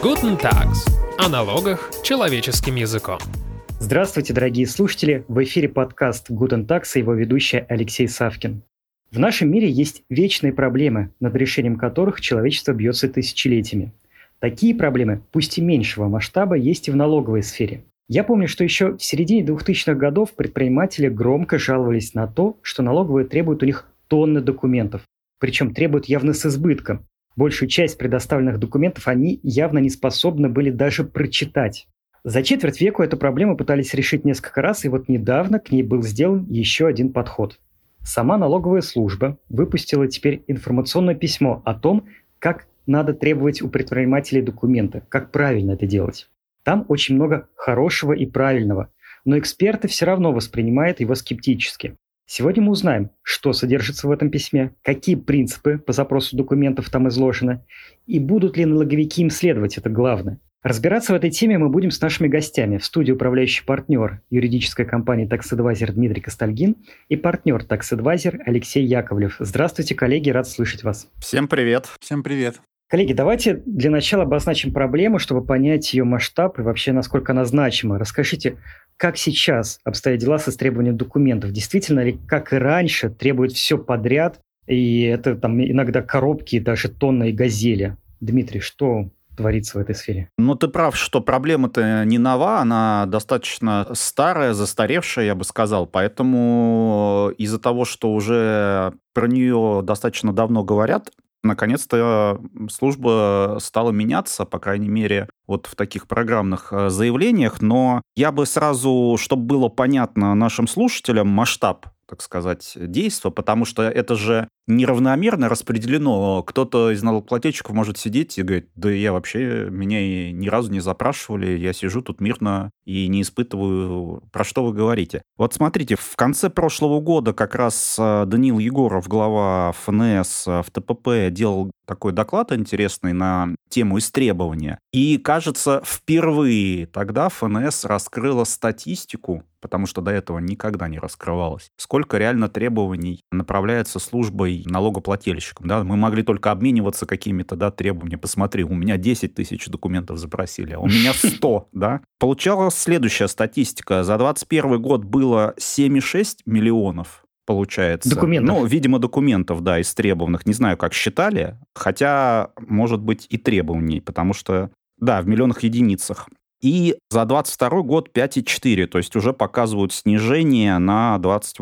Guten Tags. О налогах человеческим языком. Здравствуйте, дорогие слушатели! В эфире подкаст Guten Tags и его ведущий Алексей Савкин. В нашем мире есть вечные проблемы, над решением которых человечество бьется тысячелетиями. Такие проблемы, пусть и меньшего масштаба, есть и в налоговой сфере. Я помню, что еще в середине 2000-х годов предприниматели громко жаловались на то, что налоговые требуют у них тонны документов. Причем требуют явно с избытком. Большую часть предоставленных документов они явно не способны были даже прочитать. За четверть века эту проблему пытались решить несколько раз, и вот недавно к ней был сделан еще один подход. Сама налоговая служба выпустила теперь информационное письмо о том, как надо требовать у предпринимателей документы, как правильно это делать. Там очень много хорошего и правильного, но эксперты все равно воспринимают его скептически. Сегодня мы узнаем, что содержится в этом письме, какие принципы по запросу документов там изложены, и будут ли налоговики им следовать, это главное. Разбираться в этой теме мы будем с нашими гостями. В студии управляющий партнер юридической компании Tax Advisor Дмитрий Костальгин и партнер Tax Advisor Алексей Яковлев. Здравствуйте, коллеги, рад слышать вас. Всем привет. Всем привет. Коллеги, давайте для начала обозначим проблему, чтобы понять ее масштаб и вообще насколько она значима. Расскажите, как сейчас обстоят дела с истребованием документов? Действительно ли, как и раньше, требуют все подряд, и это там иногда коробки, даже тонны и газели? Дмитрий, что творится в этой сфере? Ну, ты прав, что проблема-то не нова, она достаточно старая, застаревшая, я бы сказал. Поэтому из-за того, что уже про нее достаточно давно говорят, наконец-то служба стала меняться, по крайней мере, вот в таких программных заявлениях. Но я бы сразу, чтобы было понятно нашим слушателям, масштаб, так сказать, действия, потому что это же неравномерно распределено. Кто-то из налогоплательщиков может сидеть и говорить: да я вообще, меня и ни разу не запрашивали, я сижу тут мирно и не испытываю, про что вы говорите. Вот смотрите, в конце прошлого года как раз Даниил Егоров, глава ФНС в ТПП, делал такой доклад интересный на тему истребования. И, кажется, впервые тогда ФНС раскрыла статистику, потому что до этого никогда не раскрывалось, сколько реально требований направляется службой налогоплательщикам. Да? Мы могли только обмениваться какими-то требованиями. Посмотри, у меня 10 тысяч документов запросили, а у меня 100. Да? Получалась следующая статистика. За 2021 год было 7,6 миллионов. Получается. Документов. Ну, видимо, документов, истребованных. Не знаю, как считали, хотя, может быть, и требований, потому что, в миллионах единицах. И за 2022 год 5,4, то есть уже показывают снижение на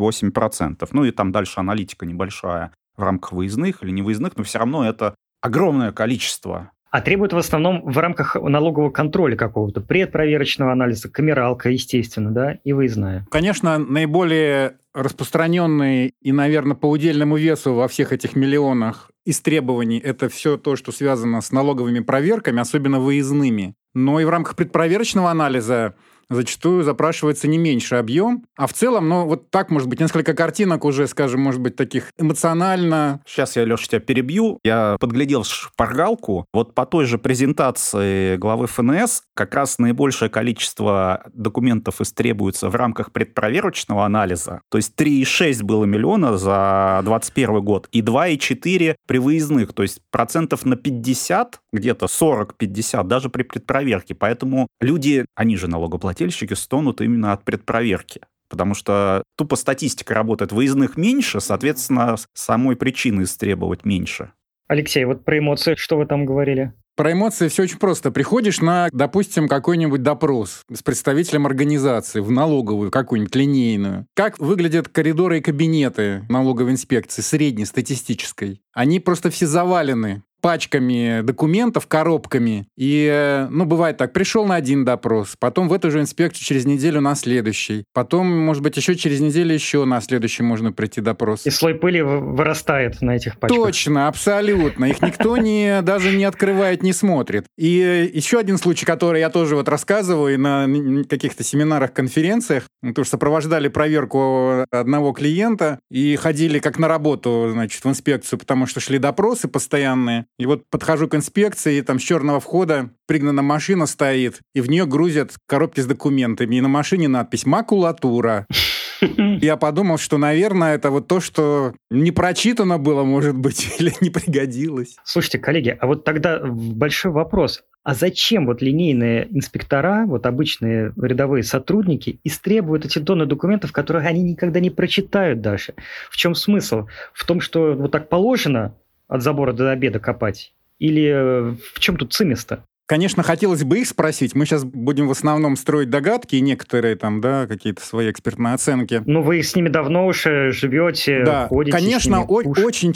28%. Ну и там дальше аналитика небольшая в рамках выездных или невыездных, но все равно это огромное количество. А требуют в основном в рамках налогового контроля какого-то, предпроверочного анализа, камералка, естественно, и выездная. Конечно, наиболее распространенный и, наверное, по удельному весу во всех этих миллионах истребований это все то, что связано с налоговыми проверками, особенно выездными. Но и в рамках предпроверочного анализа зачастую запрашивается не меньший объем. А в целом, вот так, может быть, несколько картинок уже, скажем, может быть, таких эмоционально. Сейчас я, Леша, тебя перебью. Я подглядел шпаргалку. Вот по той же презентации главы ФНС как раз наибольшее количество документов истребуется в рамках предпроверочного анализа. То есть 3,6 было миллиона за 2021 год и 2,4 при выездных. То есть процентов на 50, где-то 40-50 даже при предпроверке. Поэтому люди, они же налогоплательщики, стонут именно от предпроверки. Потому что тупо статистика работает. Выездных меньше, соответственно, самой причины истребовать меньше. Алексей, вот про эмоции, что вы там говорили? Про эмоции все очень просто. Приходишь на, допустим, какой-нибудь допрос с представителем организации в налоговую, какую-нибудь линейную. Как выглядят коридоры и кабинеты налоговой инспекции, среднестатистической? Они просто все завалены пачками документов, коробками. И, бывает так, пришел на один допрос, потом в эту же инспекцию через неделю на следующий, потом, может быть, еще через неделю еще на следующий можно прийти допрос. И слой пыли вырастает на этих пачках. Точно, абсолютно. Их никто даже не открывает, не смотрит. И еще один случай, который я тоже рассказываю на каких-то семинарах, конференциях, потому что сопровождали проверку одного клиента и ходили как на работу, в инспекцию, потому что шли допросы постоянные. И вот подхожу к инспекции, и там с черного входа пригнана машина стоит, и в нее грузят коробки с документами. И на машине надпись «Макулатура». Я подумал, что, наверное, это вот то, что не прочитано было, может быть, или не пригодилось. Слушайте, коллеги, а вот тогда большой вопрос. А зачем вот линейные инспектора, вот обычные рядовые сотрудники, истребуют эти тонны документов, которые они никогда не прочитают даже? В чем смысл? В том, что вот так положено от забора до обеда копать? Или в чем тут цимис-то? Конечно, хотелось бы их спросить. Мы сейчас будем в основном строить догадки и некоторые там, да, какие-то свои экспертные оценки. Ну, вы с ними давно уже живете, да, ходите конечно, с ними. очень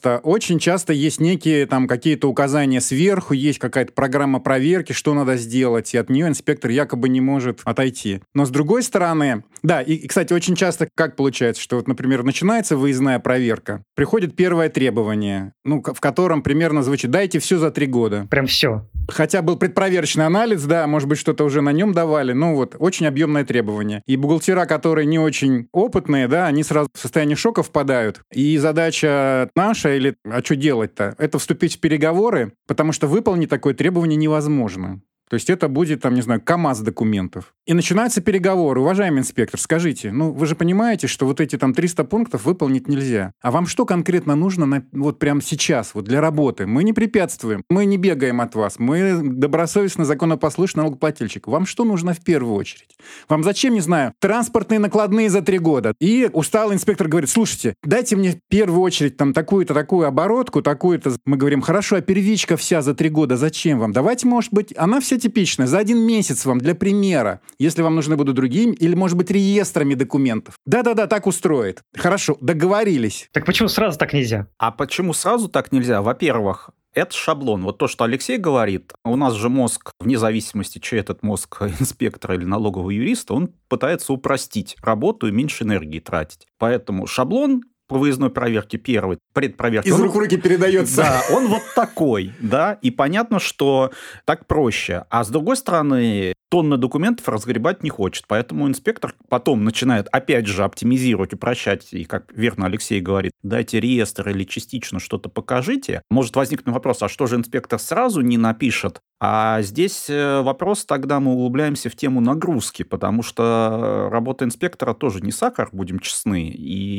часто есть некие там какие-то указания сверху, есть какая-то программа проверки, что надо сделать, и от нее инспектор якобы не может отойти. Но с другой стороны, да, и кстати, очень часто как получается, что вот, например, начинается выездная проверка, приходит первое требование, ну, в котором примерно звучит: дайте все за 3 года. Прям все. Хотя был предпроверочный анализ, да, может быть, что-то уже на нем давали, ну вот, очень объемное требование. И бухгалтера, которые не очень опытные, да, они сразу в состояние шока впадают. И задача наша, или а что делать-то, это вступить в переговоры, потому что выполнить такое требование невозможно. То есть это будет, там, не знаю, КАМАЗ документов. И начинаются переговоры. Уважаемый инспектор, скажите, ну вы же понимаете, что вот эти там 300 пунктов выполнить нельзя. А вам что конкретно нужно вот прямо сейчас, вот для работы? Мы не препятствуем, мы не бегаем от вас, мы добросовестно, законопослушный налогоплательщик. Вам что нужно в первую очередь? Вам зачем, не знаю, транспортные накладные за 3 года? И усталый инспектор говорит: слушайте, дайте мне в первую очередь там такую-то, такую оборотку, такую-то. Мы говорим: хорошо, а первичка вся за 3 года зачем вам? Давайте, может быть, она вся типичная, за 1 месяц вам, для примера, если вам нужны будут другие, или, может быть, реестрами документов. Да-да-да, так устроит. Хорошо, договорились. Так почему сразу так нельзя? А почему сразу так нельзя? Во-первых, это шаблон. Вот то, что Алексей говорит, у нас же мозг, вне зависимости, чей этот мозг, инспектора или налогового юриста, он пытается упростить работу и меньше энергии тратить. Поэтому шаблон по выездной проверке первый, предпроверки. Из рук в руки передается. Да, он вот такой, да, и понятно, что так проще. А с другой стороны, тонны документов разгребать не хочет, поэтому инспектор потом начинает опять же оптимизировать, упрощать, и, как верно Алексей говорит, дайте реестр или частично что-то покажите. Может возникнуть вопрос, а что же инспектор сразу не напишет? А здесь вопрос, тогда мы углубляемся в тему нагрузки, потому что работа инспектора тоже не сахар, будем честны.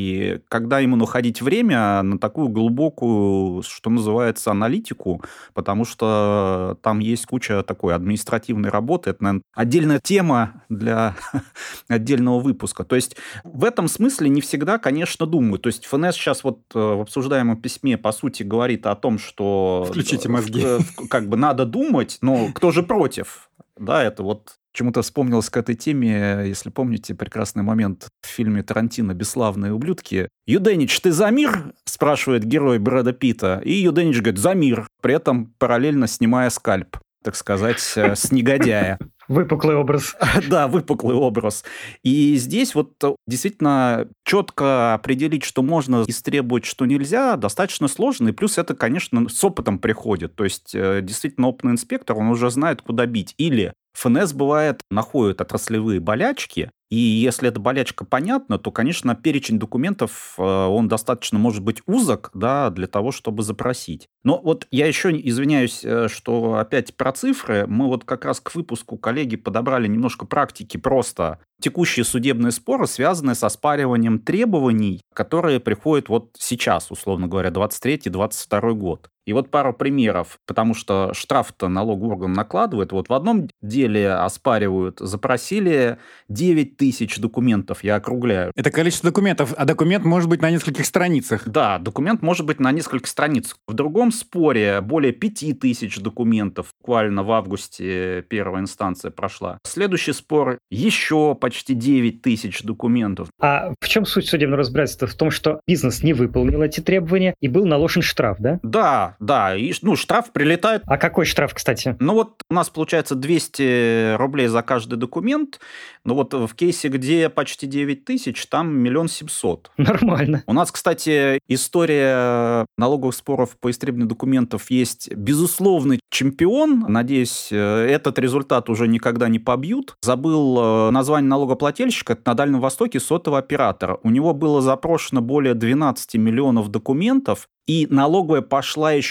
И когда ему находить время на такую глубокую, что называется, аналитику, потому что там есть куча такой административной работы, это, наверное, отдельная тема для отдельного выпуска. То есть в этом смысле не всегда, конечно, думаю. То есть ФНС сейчас вот в обсуждаемом письме, по сути, говорит о том, что... Включите мозги. Как бы надо думать, но кто же против? Да, это вот почему-то вспомнилось к этой теме, если помните, прекрасный момент в фильме Тарантино «Бесславные ублюдки». «Юденич, ты за мир?» – спрашивает герой Брэда Питта. И Юденич говорит: «За мир», при этом параллельно снимая скальп, так сказать, с негодяя. Выпуклый образ. Да, выпуклый образ. И здесь вот действительно четко определить, что можно истребовать, что нельзя, достаточно сложно. И плюс это, конечно, с опытом приходит. То есть действительно опытный инспектор, он уже знает, куда бить. Или ФНС, бывает, находит отраслевые болячки, и если эта болячка понятна, то, конечно, перечень документов, он достаточно может быть узок, да, для того, чтобы запросить. Но вот я еще извиняюсь, что опять про цифры. Мы вот как раз к выпуску коллеги подобрали немножко практики просто. Текущие судебные споры связаны с оспариванием требований, которые приходят вот сейчас, условно говоря, 23-22 год. И вот пару примеров, потому что штраф-то налоговый орган накладывает. Вот в одном деле оспаривают, запросили 9 тысяч документов, я округляю. Это количество документов, а документ может быть на нескольких страницах. Да, документ может быть на нескольких страницах. В другом споре более 5 тысяч документов. Буквально в августе первая инстанция прошла. Следующий спор еще почти 9 тысяч документов. А в чем суть судебного разбирательства? В том, что бизнес не выполнил эти требования и был наложен штраф, да? Да, и штраф прилетает. А какой штраф, кстати? Ну вот у нас получается 200 рублей за каждый документ, но вот в кейсе, где почти 9 тысяч, там 1 700 000. Нормально. У нас, кстати, история налоговых споров по истребованию документов есть безусловный чемпион. Надеюсь, этот результат уже никогда не побьют. Забыл название налогоплательщика. Это на Дальнем Востоке сотового оператора. У него было запрошено более 12 миллионов документов, и налоговая пошла еще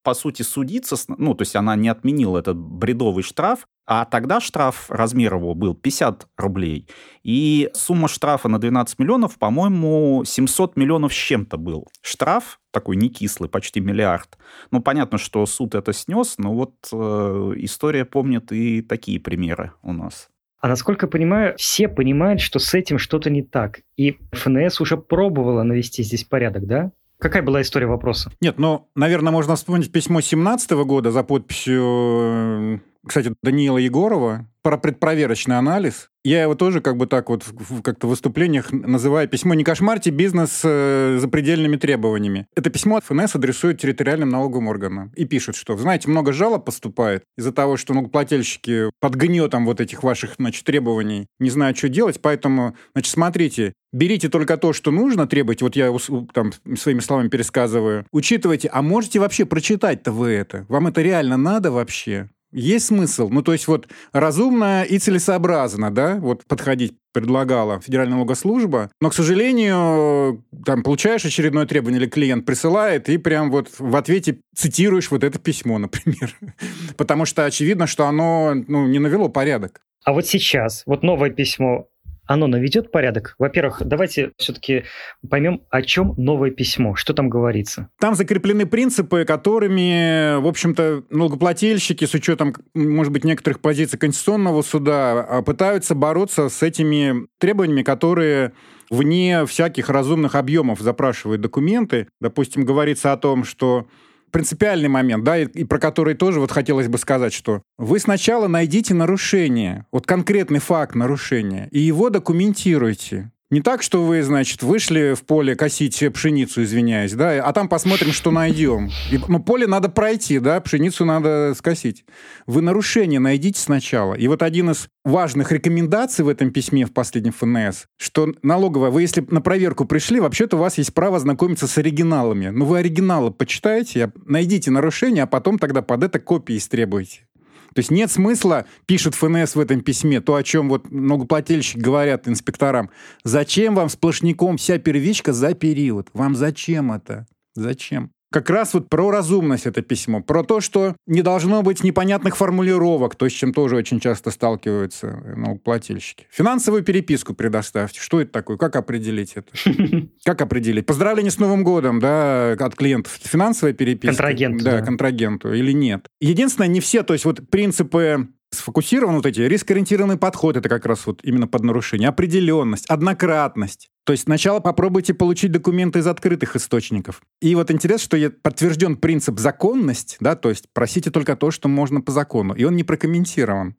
по сути, судиться, ну, то есть она не отменила этот бредовый штраф, а тогда штраф, размер его был 50 рублей, и сумма штрафа на 12 миллионов, по-моему, 700 миллионов с чем-то был. Штраф такой не кислый, почти миллиард. Ну, понятно, что суд это снес, но вот история помнит и такие примеры у нас. А насколько я понимаю, все понимают, что с этим что-то не так. И ФНС уже пробовала навести здесь порядок, да? Какая была история вопроса? Нет, ну, наверное, можно вспомнить письмо 2017 года за подписью, кстати, Даниила Егорова про предпроверочный анализ. Я его тоже как бы так вот как-то в выступлениях называю письмо «Не кошмарьте бизнес с запредельными требованиями». Это письмо от ФНС адресует территориальным налоговым органам и пишет, что, знаете, много жалоб поступает из-за того, что налогоплательщики под гнетом вот этих ваших, значит, требований не знают, что делать, поэтому, значит, смотрите, берите только то, что нужно требовать, вот я там своими словами пересказываю, учитывайте, а можете вообще прочитать-то вы это? Вам это реально надо вообще? Есть смысл? Ну, то есть вот разумно и целесообразно, да, вот подходить предлагала Федеральная налогослужба, но, к сожалению, там получаешь очередное требование или клиент присылает, и прям вот в ответе цитируешь вот это письмо, например. Потому что очевидно, что оно не навело порядок. А вот сейчас, вот новое письмо, оно наведет порядок? Во-первых, давайте все-таки поймем, о чем новое письмо, что там говорится. Там закреплены принципы, которыми, в общем-то, налогоплательщики с учетом, может быть, некоторых позиций Конституционного суда пытаются бороться с этими требованиями, которые вне всяких разумных объемов запрашивают документы. Допустим, говорится о том, что принципиальный момент, да, и про который тоже вот хотелось бы сказать, что вы сначала найдите нарушение, вот конкретный факт нарушения, и его документируйте. Не так, что вы, значит, вышли в поле косить пшеницу, извиняюсь, да, а там посмотрим, что найдем. Но поле надо пройти, да, пшеницу надо скосить. Вы нарушение найдите сначала. И вот один из важных рекомендаций в этом письме в последнем ФНС, что налоговая, вы если на проверку пришли, вообще-то у вас есть право знакомиться с оригиналами. Но вы оригиналы почитайте, найдите нарушение, а потом тогда под это копии истребуйте. То есть нет смысла, пишет ФНС в этом письме, то, о чем вот налогоплательщики говорят инспекторам. Зачем вам сплошняком вся первичка за период? Вам зачем это? Зачем? Как раз вот про разумность это письмо, про то, что не должно быть непонятных формулировок, то, с чем тоже очень часто сталкиваются налогоплательщики. Финансовую переписку предоставьте. Что это такое? Как определить это? Как определить? Поздравление с Новым годом, да, от клиентов. Финансовая переписка? Контрагенту. Да, контрагенту или нет. Единственное, не все, то есть вот принципы сфокусированы, вот эти рискоориентированный подход, это как раз вот именно под нарушение, определенность, однократность. То есть сначала попробуйте получить документы из открытых источников. И вот интересно, что подтвержден принцип законность, да, то есть просите только то, что можно по закону, и он не прокомментирован.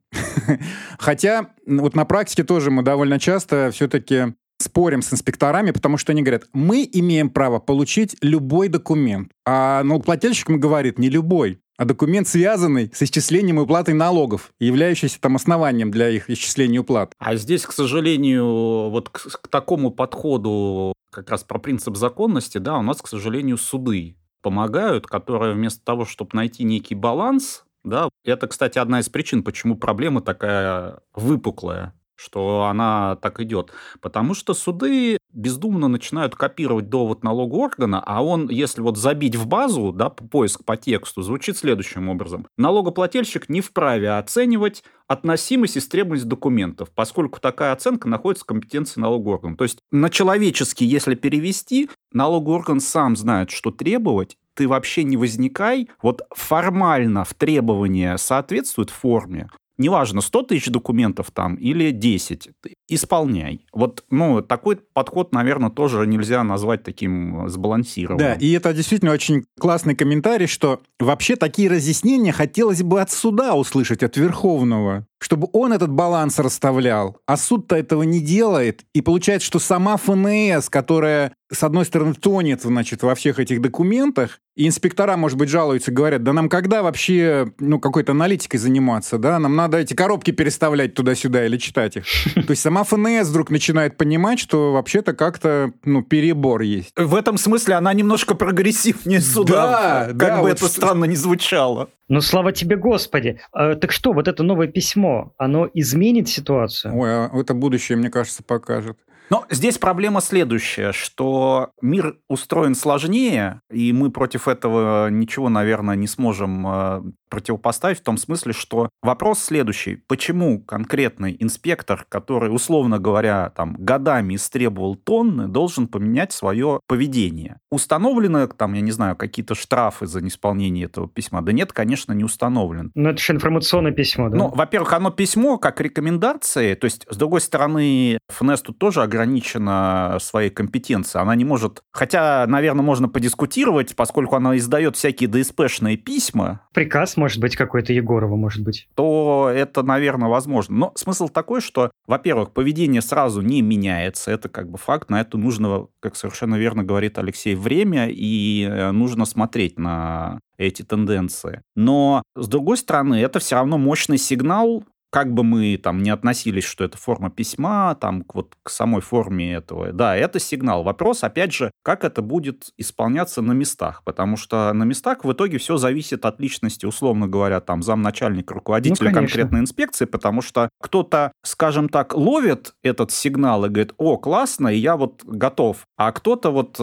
Хотя вот на практике тоже мы довольно часто все-таки спорим с инспекторами, потому что они говорят, мы имеем право получить любой документ, а налогоплательщикам говорит не любой, а документ, связанный с исчислением и уплатой налогов, являющийся там основанием для их исчисления уплат. А здесь, к сожалению, вот к такому подходу, как раз про принцип законности, да, у нас, к сожалению, суды помогают, которые вместо того, чтобы найти некий баланс, да, это, кстати, одна из причин, почему проблема такая выпуклая, что она так идет. Потому что суды бездумно начинают копировать довод налогового органа, а он, если вот забить в базу, да, поиск по тексту, звучит следующим образом. Налогоплательщик не вправе оценивать относимость и истребованность документов, поскольку такая оценка находится в компетенции налогового органа. То есть на человеческий, если перевести, налоговый орган сам знает, что требовать, ты вообще не возникай, вот формально в требования соответствует форме. Неважно, 100 тысяч документов там или 10, исполняй. Вот, такой подход, наверное, тоже нельзя назвать таким сбалансированным. Да, и это действительно очень классный комментарий, что вообще такие разъяснения хотелось бы от суда услышать, от Верховного, чтобы он этот баланс расставлял. А суд-то этого не делает. И получается, что сама ФНС, которая, с одной стороны, тонет, значит, во всех этих документах, и инспектора, может быть, жалуются, говорят, да нам когда вообще какой-то аналитикой заниматься, да? Нам надо эти коробки переставлять туда-сюда или читать их. То есть сама ФНС вдруг начинает понимать, что вообще-то как-то, перебор есть. В этом смысле она немножко прогрессивнее суда. Да, как бы это странно ни звучало. Ну, слава тебе, Господи. Так что, вот это новое письмо, оно изменит ситуацию? Ой, а это будущее, мне кажется, покажет. Но здесь проблема следующая, что мир устроен сложнее, и мы против этого ничего, наверное, не сможем противопоставить в том смысле, что вопрос следующий. Почему конкретный инспектор, который, условно говоря, там, годами истребовал тонны, должен поменять свое поведение? Установлены, там, я не знаю, какие-то штрафы за неисполнение этого письма? Да нет, конечно, не установлен. Но это же информационное письмо, да? Ну, во-первых, оно письмо как рекомендации, то есть, с другой стороны, ФНС тут тоже ограничена своей компетенцией. Она не может... Хотя, наверное, можно подискутировать, поскольку она издает всякие ДСПшные письма. Приказ, может быть, какой-то Егорова, может быть. То это, наверное, возможно. Но смысл такой, что, во-первых, поведение сразу не меняется. Это как бы факт. На это нужно, как совершенно верно говорит Алексей, время, и нужно смотреть на эти тенденции. Но, с другой стороны, это все равно мощный сигнал, как бы мы там не относились, что это форма письма, там вот к самой форме этого. Да, это сигнал. Вопрос, опять же, как это будет исполняться на местах. Потому что на местах в итоге все зависит от личности, условно говоря, там замначальника, руководителя конкретной инспекции, потому что кто-то, скажем так, ловит этот сигнал и говорит: о, классно, и я вот готов. А кто-то вот,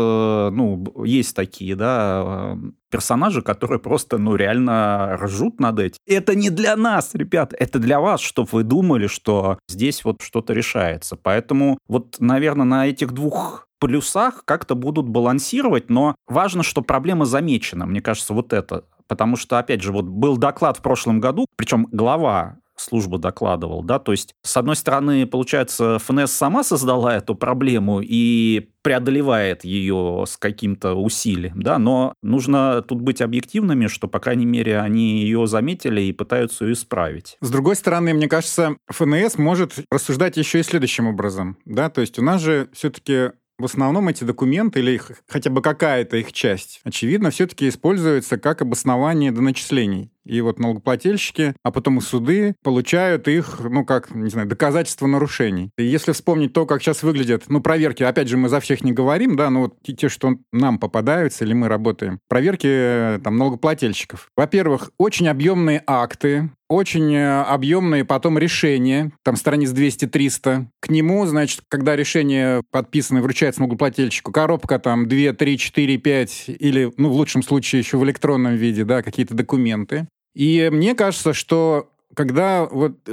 есть такие, да, персонажи, которые просто, реально ржут над этим. Это не для нас, ребят, это для вас, чтобы вы думали, что здесь вот что-то решается. Поэтому вот, наверное, на этих двух полюсах как-то будут балансировать, но важно, что проблема замечена, мне кажется, вот это. Потому что, опять же, вот был доклад в прошлом году, причем глава служба докладывал, да, то есть, с одной стороны, получается, ФНС сама создала эту проблему и преодолевает ее с каким-то усилием, да, но нужно тут быть объективными, что, по крайней мере, они ее заметили и пытаются ее исправить. С другой стороны, мне кажется, ФНС может рассуждать еще и следующим образом, да, то есть у нас же все-таки в основном эти документы или хотя бы какая-то их часть, очевидно, все-таки используется как обоснование доначислений. И вот налогоплательщики, а потом и суды получают их, доказательства нарушений. И если вспомнить то, как сейчас выглядят, проверки, опять же, мы за всех не говорим, да, но вот те, что нам попадаются или мы работаем, проверки там налогоплательщиков. Во-первых, очень объемные акты, очень объемные потом решения, там страниц 200-300. К нему, значит, когда решение подписано и вручается налогоплательщику, коробка там 2, 3, 4, 5 или, в лучшем случае, еще в электронном виде, да, какие-то документы. И мне кажется, что когда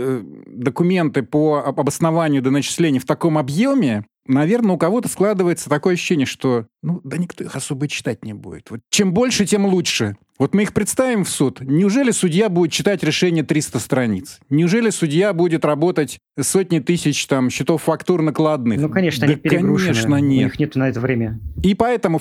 документы по обоснованию доначислений в таком объеме, наверное, у кого-то складывается такое ощущение, что, никто их особо читать не будет. Вот чем больше, тем лучше. Вот мы их представим в суд. Неужели судья будет читать решение 300 страниц? Неужели судья будет работать сотни тысяч счетов фактур накладных? Конечно, они перегружены. Конечно, нет. У них нет на это время. И поэтому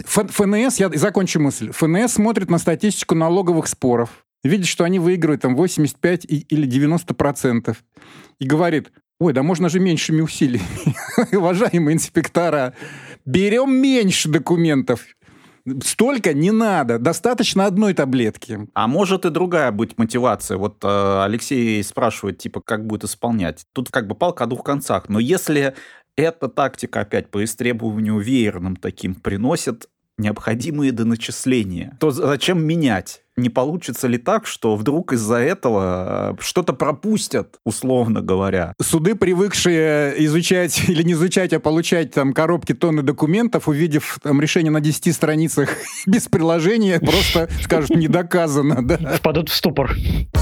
ФНС, я закончу мысль, ФНС смотрит на статистику налоговых споров, видит, что они выигрывают 85 или 90%. И говорит: ой, да можно же меньшими усилиями. Уважаемые инспектора, берем меньше документов. Столько не надо, достаточно одной таблетки. А может и другая быть мотивация. Вот Алексей спрашивает, как будет исполнять. Тут палка о двух концах. Но если эта тактика опять по истребованию веерным таким приносит необходимые доначисления, то зачем менять? Не получится ли так, что вдруг из-за этого что-то пропустят, условно говоря? Суды, привыкшие изучать или не изучать, а получать коробки, тонны документов, увидев решение на 10 страницах без приложения, просто скажут: не доказано. Да? Впадут в ступор.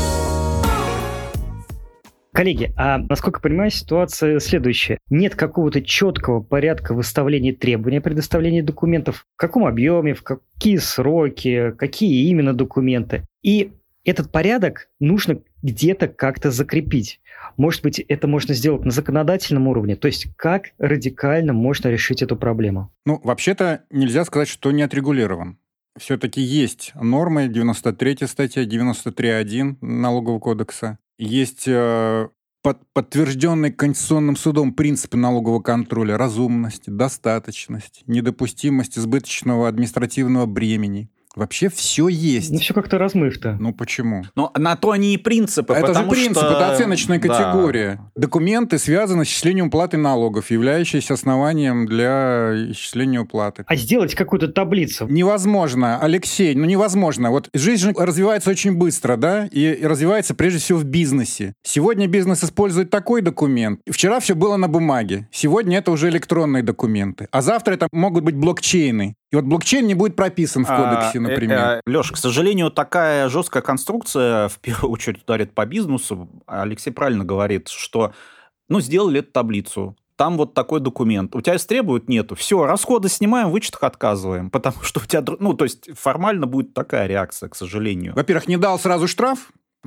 Коллеги, а насколько я понимаю, ситуация следующая. Нет какого-то четкого порядка выставления требований о предоставлении документов, в каком объеме, в какие сроки, какие именно документы. И этот порядок нужно где-то как-то закрепить. Может быть, это можно сделать на законодательном уровне, то есть как радикально можно решить эту проблему? Вообще-то нельзя сказать, что не отрегулирован. Все-таки есть нормы, 93 статья, 93.1 Налогового кодекса. Есть подтвержденные Конституционным судом принципы налогового контроля: разумность, достаточность, недопустимость избыточного административного бремени. Вообще все есть. Ну, все как-то размыто. Ну, почему? Но на то они и принципы. Это же принцип, что... это оценочная категория. Да. Документы связаны с исчислением уплаты налогов, являющиеся основанием для исчисления уплаты. А сделать какую-то таблицу? Невозможно, Алексей, невозможно. Вот жизнь развивается очень быстро, да, и развивается прежде всего в бизнесе. Сегодня бизнес использует такой документ. Вчера все было на бумаге. Сегодня это уже электронные документы. А завтра это могут быть блокчейны. И вот блокчейн не будет прописан в кодексе, например. Леш, к сожалению, такая жесткая конструкция в первую очередь ударит по бизнесу. Алексей правильно говорит, что сделали эту таблицу. Там вот такой документ. У тебя истребуют? Нету. Все, расходы снимаем, в вычетах отказываем. Потому что у тебя... то есть формально будет такая реакция, к сожалению. Во-первых, не дал сразу штраф,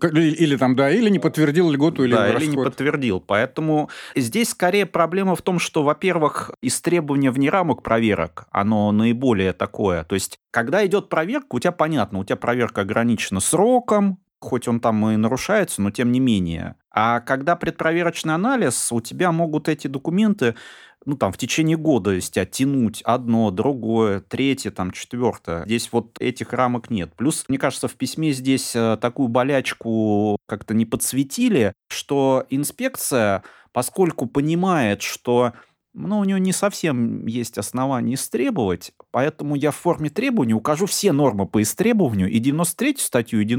или не подтвердил льготу или расход. Или не подтвердил. Поэтому здесь скорее проблема в том, что, во-первых, истребование вне рамок проверок, оно наиболее такое. То есть, когда идет проверка, у тебя понятно, у тебя проверка ограничена сроком, хоть он там и нарушается, но тем не менее. А когда предпроверочный анализ, у тебя могут эти документы в течение года из тебя тянуть одно, другое, третье, четвертое. Здесь вот этих рамок нет. Плюс, мне кажется, в письме здесь такую болячку как-то не подсветили, что инспекция, поскольку понимает, что у него не совсем есть основания истребовать, поэтому я в форме требований укажу все нормы по истребованию и 93-ю статью, и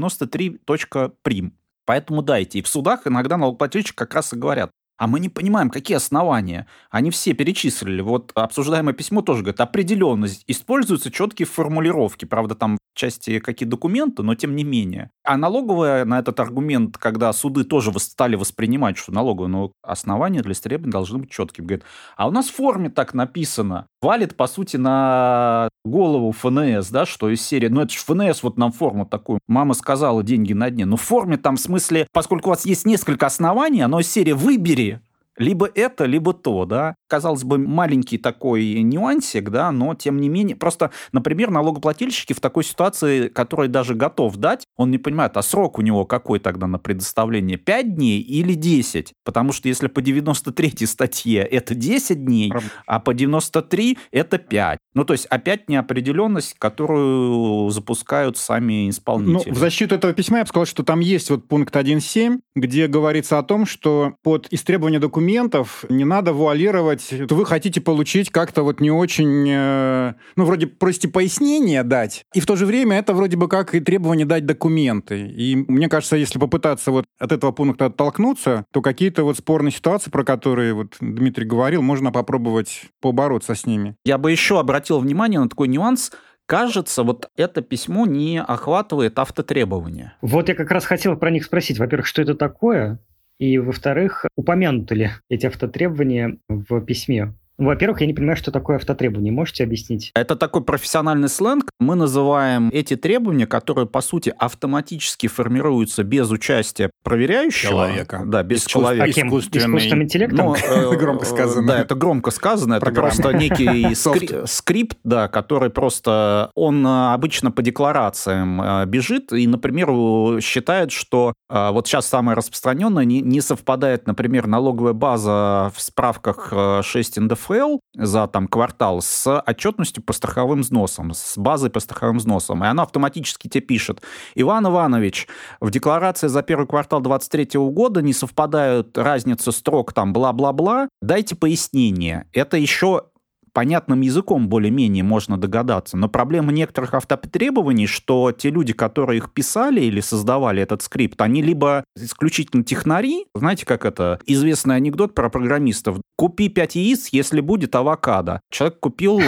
93.прим. Поэтому дайте. И в судах иногда налогоплательщики как раз и говорят, а мы не понимаем, какие основания. Они все перечислили. Вот обсуждаемое письмо тоже говорит, определенность. Используются четкие формулировки. Правда, там в части какие документы, но тем не менее. А налоговая на этот аргумент, когда суды тоже стали воспринимать, что налоговые основания для истребования должны быть четкими. Говорит, а у нас в форме так написано. Валит, по сути, на голову ФНС, да, что из серии, это же ФНС, вот нам форму такую. Мама сказала, деньги на дне. Но в форме там в смысле, поскольку у вас есть несколько оснований, оно из серии «выбери». Либо это, либо то, да. Казалось бы, маленький такой нюансик, да, но тем не менее. Просто, например, налогоплательщики в такой ситуации, который даже готов дать, он не понимает, а срок у него какой тогда на предоставление? 5 дней или 10? Потому что если по 93 статье это 10 дней, а по 93 это 5. То есть опять неопределенность, которую запускают сами исполнители. В защиту этого письма я бы сказал, что там есть вот пункт 1.7, где говорится о том, что под истребование документов не надо вуалировать, что вы хотите получить как-то вот не очень, вроде просите пояснения дать, и в то же время это вроде бы как и требование дать документы. И мне кажется, если попытаться вот от этого пункта оттолкнуться, то какие-то вот спорные ситуации, про которые вот Дмитрий говорил, можно попробовать побороться с ними. Я бы еще обратил внимание на такой нюанс. Кажется, вот это письмо не охватывает автотребования. Вот я как раз хотел про них спросить. Во-первых, что это такое? И, во-вторых, упомянуты ли эти автотребования в письме? Во-первых, я не понимаю, что такое автотребование. Можете объяснить? Это такой профессиональный сленг. Мы называем эти требования, которые, по сути, автоматически формируются без участия проверяющего. Человека. Да, без человека. А кем? Искусственным интеллектом? Громко сказано. Да, это громко сказано. Это просто некий скрипт, да, который просто... Он обычно по декларациям бежит и, например, считает, что вот сейчас самое распространенное не совпадает, например, налоговая база в справках 6 НДФЛ за квартал с отчетностью по страховым взносам, с базой по страховым взносам. И она автоматически тебе пишет: Иван Иванович, в декларации за первый квартал 2023 года не совпадают разницы строк бла-бла-бла, дайте пояснение. Это еще понятным языком более-менее можно догадаться. Но проблема некоторых автотребований, что те люди, которые их писали или создавали этот скрипт, они либо исключительно технари, знаете, как это, известный анекдот про программистов. Купи 5 яиц, если будет авокадо. Человек купил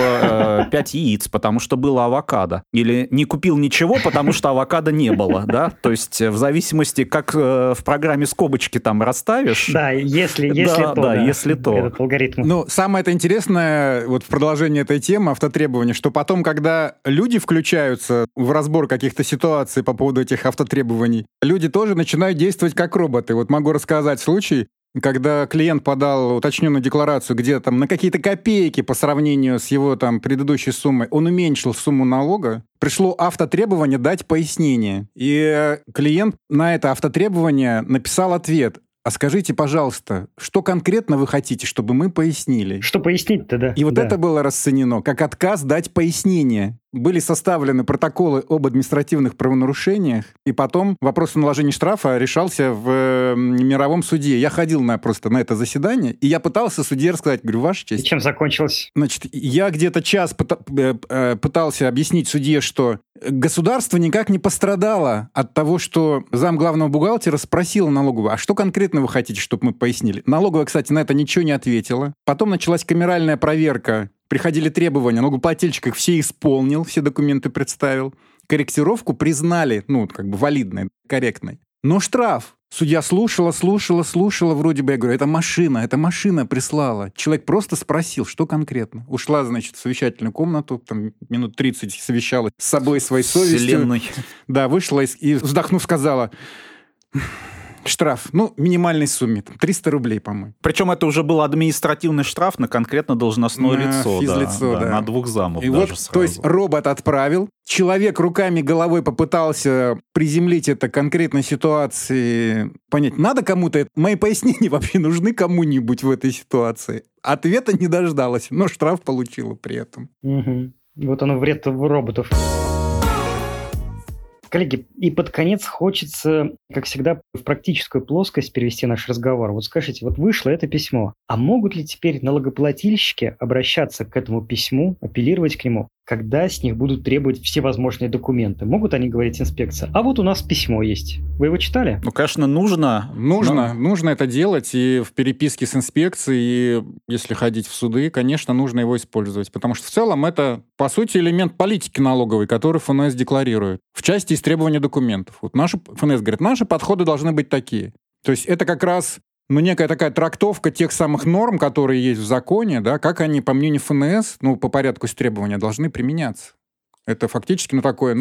5 яиц, потому что было авокадо. Или не купил ничего, потому что авокадо не было, да? То есть в зависимости, как в программе скобочки расставишь. Да, если то. Этот алгоритм. Самое это интересное, вот в продолжении этой темы автотребования, что потом, когда люди включаются в разбор каких-то ситуаций по поводу этих автотребований, люди тоже начинают действовать как роботы. Вот могу рассказать случай, когда клиент подал уточненную декларацию, где на какие-то копейки по сравнению с его предыдущей суммой, он уменьшил сумму налога, пришло автотребование дать пояснение. И клиент на это автотребование написал ответ: а скажите, пожалуйста, что конкретно вы хотите, чтобы мы пояснили? Что пояснить-то, да? И вот да. это было расценено как отказ дать пояснение. Были составлены протоколы об административных правонарушениях, и потом вопрос о наложении штрафа решался в мировом суде. Я ходил просто на это заседание, и я пытался судье рассказать, говорю, ваша честь. И чем закончилось? Значит, я где-то час пытался объяснить судье, что государство никак не пострадало от того, что зам главного бухгалтера спросил налоговую, а что конкретно вы хотите, чтобы мы пояснили? Налоговая, кстати, на это ничего не ответила. Потом началась камеральная проверка. Приходили требования, налогоплательщик их все исполнил, все документы представил. Корректировку признали, валидной, корректной. Но штраф. Судья слушала, вроде бы, я говорю, это машина прислала. Человек просто спросил, что конкретно. Ушла, значит, в совещательную комнату, там минут 30 совещалась с собой, своей совестью. Вселенной. Да, вышла и, вздохнув, сказала... Штраф, минимальной сумме, 300 рублей, по-моему. Причем это уже был административный штраф на конкретно должностное лицо. Физлицо, да. На 2 замов и даже вот, сразу. то есть робот отправил, человек руками, головой попытался приземлить это конкретной ситуации, понять, надо кому-то, мои пояснения вообще нужны кому-нибудь в этой ситуации. Ответа не дождалась, но штраф получила при этом. Угу. Вот оно вред роботов. Коллеги, и под конец хочется, как всегда, в практическую плоскость перевести наш разговор. Вот скажите, вот вышло это письмо, а могут ли теперь налогоплательщики обращаться к этому письму, апеллировать к нему, когда с них будут требовать всевозможные документы? Могут они говорить инспекция? А вот у нас письмо есть. Вы его читали? Конечно, нужно. Нужно это делать, и в переписке с инспекцией, и если ходить в суды, конечно, нужно его использовать, потому что в целом это, по сути, элемент политики налоговой, который ФНС декларирует в части истребования документов. Вот ФНС говорит, наши подходы должны быть такие. То есть это как раз некая такая трактовка тех самых норм, которые есть в законе, да, как они, по мнению ФНС, по порядку истребования, должны применяться. Это фактически, такое,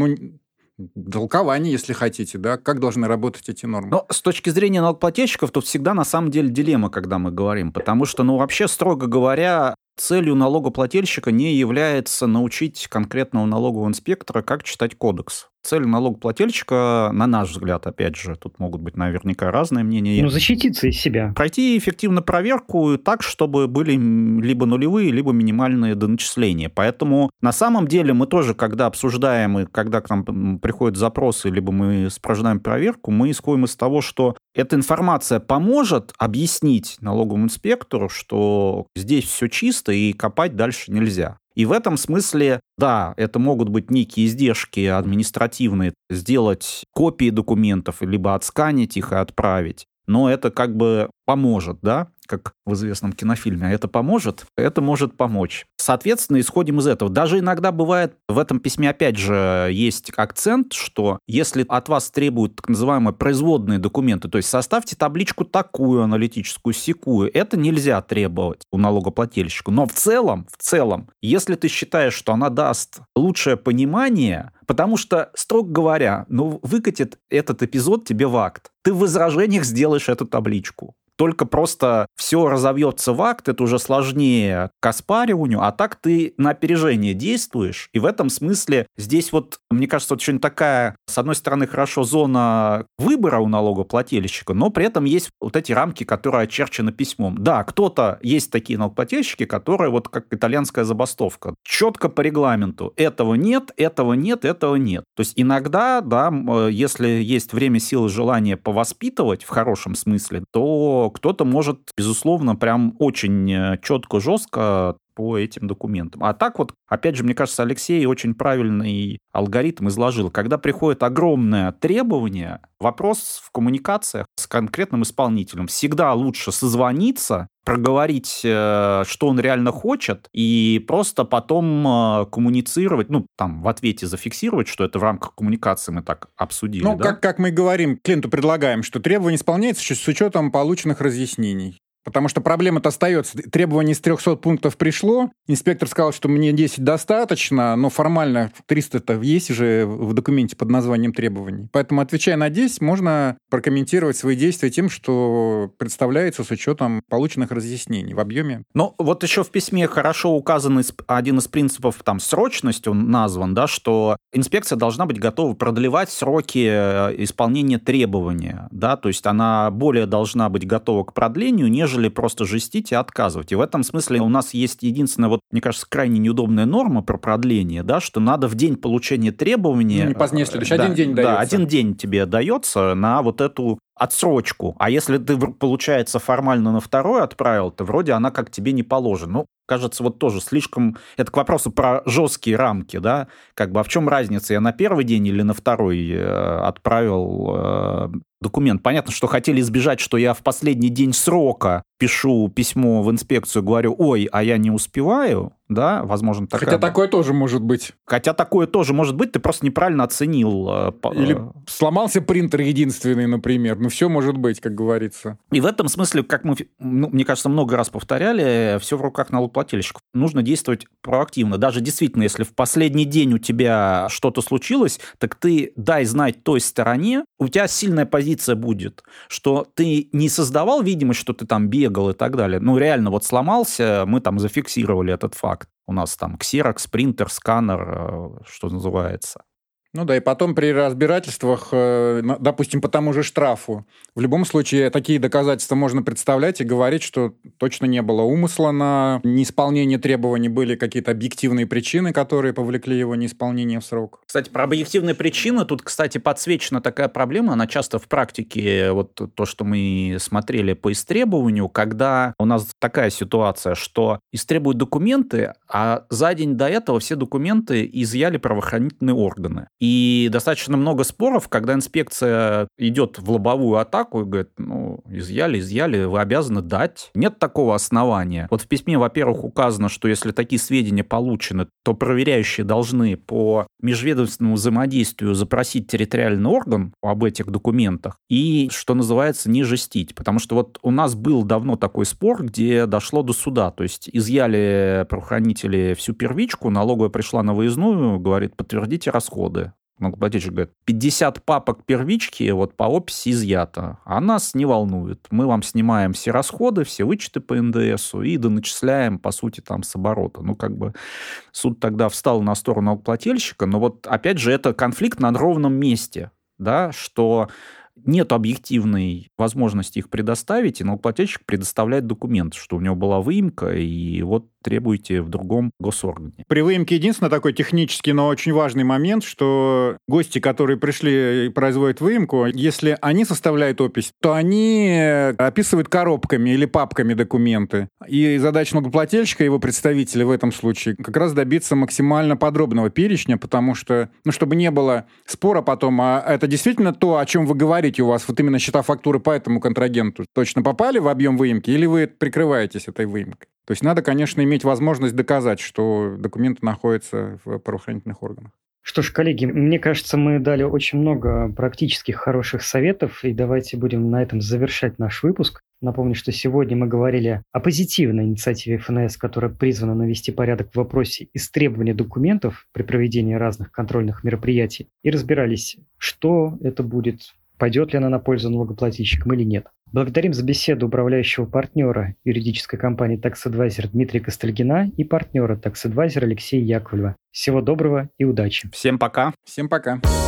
толкование, если хотите, да, как должны работать эти нормы. Но с точки зрения налогоплательщиков, тут всегда на самом деле дилемма, когда мы говорим, потому что, вообще, строго говоря, целью налогоплательщика не является научить конкретного налогового инспектора, как читать кодекс. Цель налогоплательщика, на наш взгляд, опять же, тут могут быть наверняка разные мнения. Защититься из себя. Пройти эффективно проверку так, чтобы были либо нулевые, либо минимальные доначисления. Поэтому на самом деле мы тоже, когда обсуждаем и когда к нам приходят запросы, либо мы спровождаем проверку, мы исходим из того, что эта информация поможет объяснить налоговому инспектору, что здесь все чисто и копать дальше нельзя. И в этом смысле, да, это могут быть некие издержки административные, сделать копии документов, либо отсканить их и отправить. Но это поможет, да, как в известном кинофильме. Это поможет? Это может помочь. Соответственно, исходим из этого. Даже иногда бывает, в этом письме, опять же, есть акцент, что если от вас требуют так называемые производные документы, то есть составьте табличку такую аналитическую, сякую, это нельзя требовать у налогоплательщика. Но в целом, если ты считаешь, что она даст лучшее понимание, потому что, строго говоря, выкатит этот эпизод тебе в акт. Ты в возражениях сделаешь эту табличку. Только просто все разовьется в акт, это уже сложнее к оспариванию, а так ты на опережение действуешь. И в этом смысле здесь мне кажется, очень такая, с одной стороны, хорошо зона выбора у налогоплательщика, но при этом есть эти рамки, которые очерчены письмом. Да, есть такие налогоплательщики, которые как итальянская забастовка. Четко по регламенту. Этого нет, этого нет, этого нет. То есть иногда, да, если есть время, силы, желание повоспитывать в хорошем смысле, то кто-то может, безусловно, прям очень четко, жестко по этим документам. А так опять же, мне кажется, Алексей очень правильный алгоритм изложил. Когда приходит огромное требование, вопрос в коммуникациях с конкретным исполнителем. Всегда лучше созвониться, проговорить, что он реально хочет, и просто потом коммуницировать, в ответе зафиксировать, что это в рамках коммуникации мы так обсудили. Да? Как мы говорим, клиенту предлагаем, что требование исполняется с учетом полученных разъяснений. Потому что проблема-то остается. Требование из 300 пунктов пришло, инспектор сказал, что мне 10 достаточно, но формально 300-то есть же в документе под названием требований. Поэтому, отвечая на 10, можно прокомментировать свои действия тем, что представляется с учетом полученных разъяснений в объеме. Ну, вот еще в письме хорошо указан один из принципов, там, срочность он назван, да, что инспекция должна быть готова продлевать сроки исполнения требования, да, то есть она более должна быть готова к продлению, нежели просто жестить и отказывать. И в этом смысле у нас есть единственная, вот, мне кажется, крайне неудобная норма про продление, да, что надо в день получения требования... Ну, не позднее следующий, один день дается. Да, один день тебе дается на вот эту отсрочку. А если ты, получается, формально на второй отправил, то вроде она как тебе не положена. Ну, кажется, вот тоже слишком... Это к вопросу про жесткие рамки, да? Как бы, а в чем разница? Я на первый день или на второй отправил документ? Понятно, что хотели избежать, что я в последний день срока пишу письмо в инспекцию, говорю, ой, а я не успеваю, да, возможно, такая... Хотя такое тоже может быть. Хотя такое тоже может быть, ты просто неправильно оценил. Или сломался принтер единственный, например. Ну, все может быть, как говорится. И в этом смысле, как мы, мне кажется, много раз повторяли, все в руках налогоплательщиков. Нужно действовать проактивно. Даже действительно, если в последний день у тебя что-то случилось, так ты дай знать той стороне, у тебя сильная позиция будет, что ты не создавал видимость, что ты там бегал и так далее. Ну, реально, вот сломался, мы там зафиксировали этот факт. У нас там ксерокс, принтер, сканер, что называется. Ну да, и потом при разбирательствах, допустим, по тому же штрафу, в любом случае такие доказательства можно представлять и говорить, что точно не было умысла на неисполнение требований, были какие-то объективные причины, которые повлекли его неисполнение в срок. Кстати, про объективные причины, тут, кстати, подсвечена такая проблема, она часто в практике, вот то, что мы смотрели по истребованию, когда у нас такая ситуация, что истребуют документы, а за день до этого все документы изъяли правоохранительные органы. И достаточно много споров, когда инспекция идет в лобовую атаку и говорит, ну, изъяли, вы обязаны дать. Нет такого основания. Вот в письме, во-первых, указано, что если такие сведения получены, то проверяющие должны по межведомственному взаимодействию запросить территориальный орган об этих документах и, что называется, не жестить. Потому что вот у нас был давно такой спор, где дошло до суда. То есть изъяли правоохранители всю первичку, налоговая пришла на выездную, говорит, подтвердите расходы. Налогоплательщик говорит, 50 папок первички вот по описи изъято, а нас не волнует. Мы вам снимаем все расходы, все вычеты по НДСу и доначисляем, по сути, там с оборота. Ну, как бы суд тогда встал на сторону налогоплательщика, но вот, опять же, это конфликт на ровном месте, да, что нет объективной возможности их предоставить, и налогоплательщик предоставляет документ, что у него была выемка, и вот требуете в другом госоргане. При выемке единственный такой технический, но очень важный момент, что гости, которые пришли и производят выемку, если они составляют опись, то они описывают коробками или папками документы. И задача налогоплательщика, его представителя в этом случае, как раз добиться максимально подробного перечня, потому что, ну, чтобы не было спора потом, а это действительно то, о чем вы говорите, у вас вот именно счета фактуры по этому контрагенту точно попали в объем выемки, или вы прикрываетесь этой выемкой? То есть надо, конечно, иметь возможность доказать, что документы находятся в правоохранительных органах. Что ж, коллеги, мне кажется, мы дали очень много практических хороших советов, и давайте будем на этом завершать наш выпуск. Напомню, что сегодня мы говорили о позитивной инициативе ФНС, которая призвана навести порядок в вопросе истребования документов при проведении разных контрольных мероприятий, и разбирались, что это будет, пойдет ли она на пользу налогоплательщикам или нет. Благодарим за беседу управляющего партнера юридической компании Tax Advisor Дмитрия Костальгина и партнера Tax Advisor Алексея Яковлева. Всего доброго и удачи. Всем пока. Всем пока.